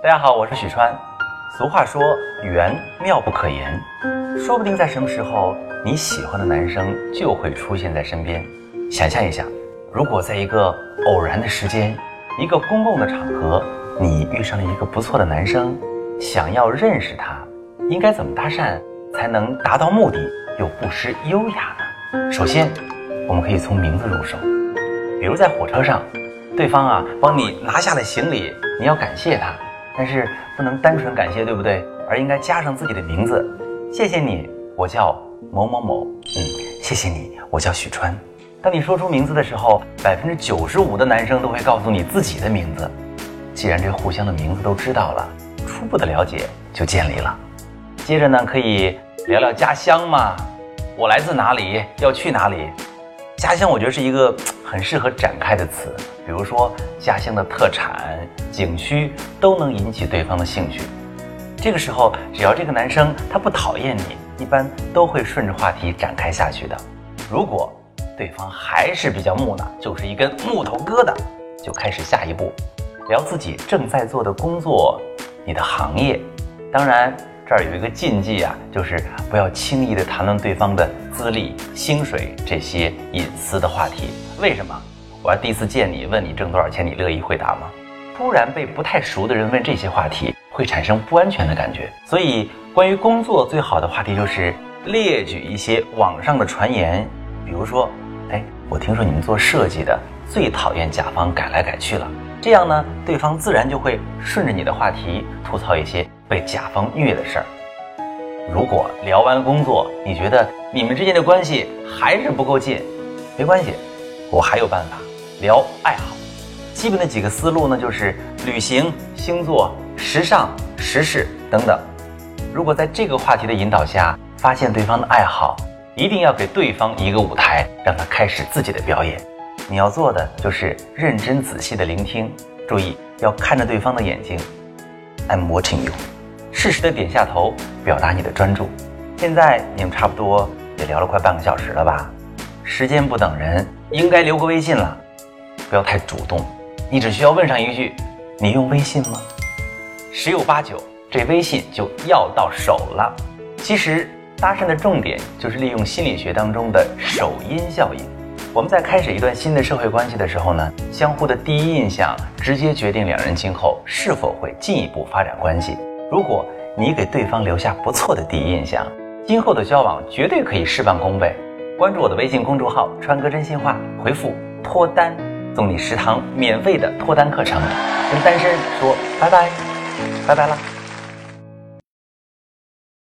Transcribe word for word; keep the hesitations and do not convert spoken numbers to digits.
大家好，我是许川。俗话说缘妙不可言，说不定在什么时候你喜欢的男生就会出现在身边。想象一下，如果在一个偶然的时间，一个公共的场合，你遇上了一个不错的男生，想要认识他，应该怎么搭讪才能达到目的又不失优雅呢？首先我们可以从名字入手，比如在火车上，对方啊帮你拿下了行李，你要感谢他，但是不能单纯感谢，对不对？而应该加上自己的名字。谢谢你，我叫某某某。嗯，谢谢你，我叫许川。当你说出名字的时候，百分之九十五的男生都会告诉你自己的名字。既然这互相的名字都知道了，初步的了解就建立了。接着呢，可以聊聊家乡嘛，我来自哪里，要去哪里。家乡我觉得是一个很适合展开的词，比如说家乡的特产、景区都能引起对方的兴趣。这个时候只要这个男生他不讨厌你，一般都会顺着话题展开下去的。如果对方还是比较木讷，就是一根木头疙瘩，就开始下一步，聊自己正在做的工作，你的行业。当然这儿有一个禁忌啊，就是不要轻易的谈论对方的资历、薪水这些隐私的话题。为什么？我要第一次见你，问你挣多少钱，你乐意回答吗？突然被不太熟的人问这些话题，会产生不安全的感觉。所以关于工作最好的话题就是列举一些网上的传言，比如说，哎，我听说你们做设计的最讨厌甲方改来改去了。这样呢，对方自然就会顺着你的话题吐槽一些被甲方虐的事儿。如果聊完工作，你觉得你们之间的关系还是不够近，没关系，我还有办法，聊爱好。基本的几个思路呢，就是旅行、星座、时尚、时事等等。如果在这个话题的引导下发现对方的爱好，一定要给对方一个舞台，让他开始自己的表演。你要做的就是认真仔细的聆听，注意要看着对方的眼睛。 I'm watching you， 适时的点下头，表达你的专注。现在你们差不多也聊了快半个小时了吧？时间不等人，应该留个微信了。不要太主动，你只需要问上一句，你用微信吗？十有八九这微信就要到手了。其实搭讪的重点就是利用心理学当中的首因效应。我们在开始一段新的社会关系的时候呢，相互的第一印象直接决定两人今后是否会进一步发展关系。如果你给对方留下不错的第一印象，今后的交往绝对可以事半功倍。关注我的微信公众号川哥真心话，回复脱单，送你十堂免费的脱单课程。跟单身说拜拜，拜拜了。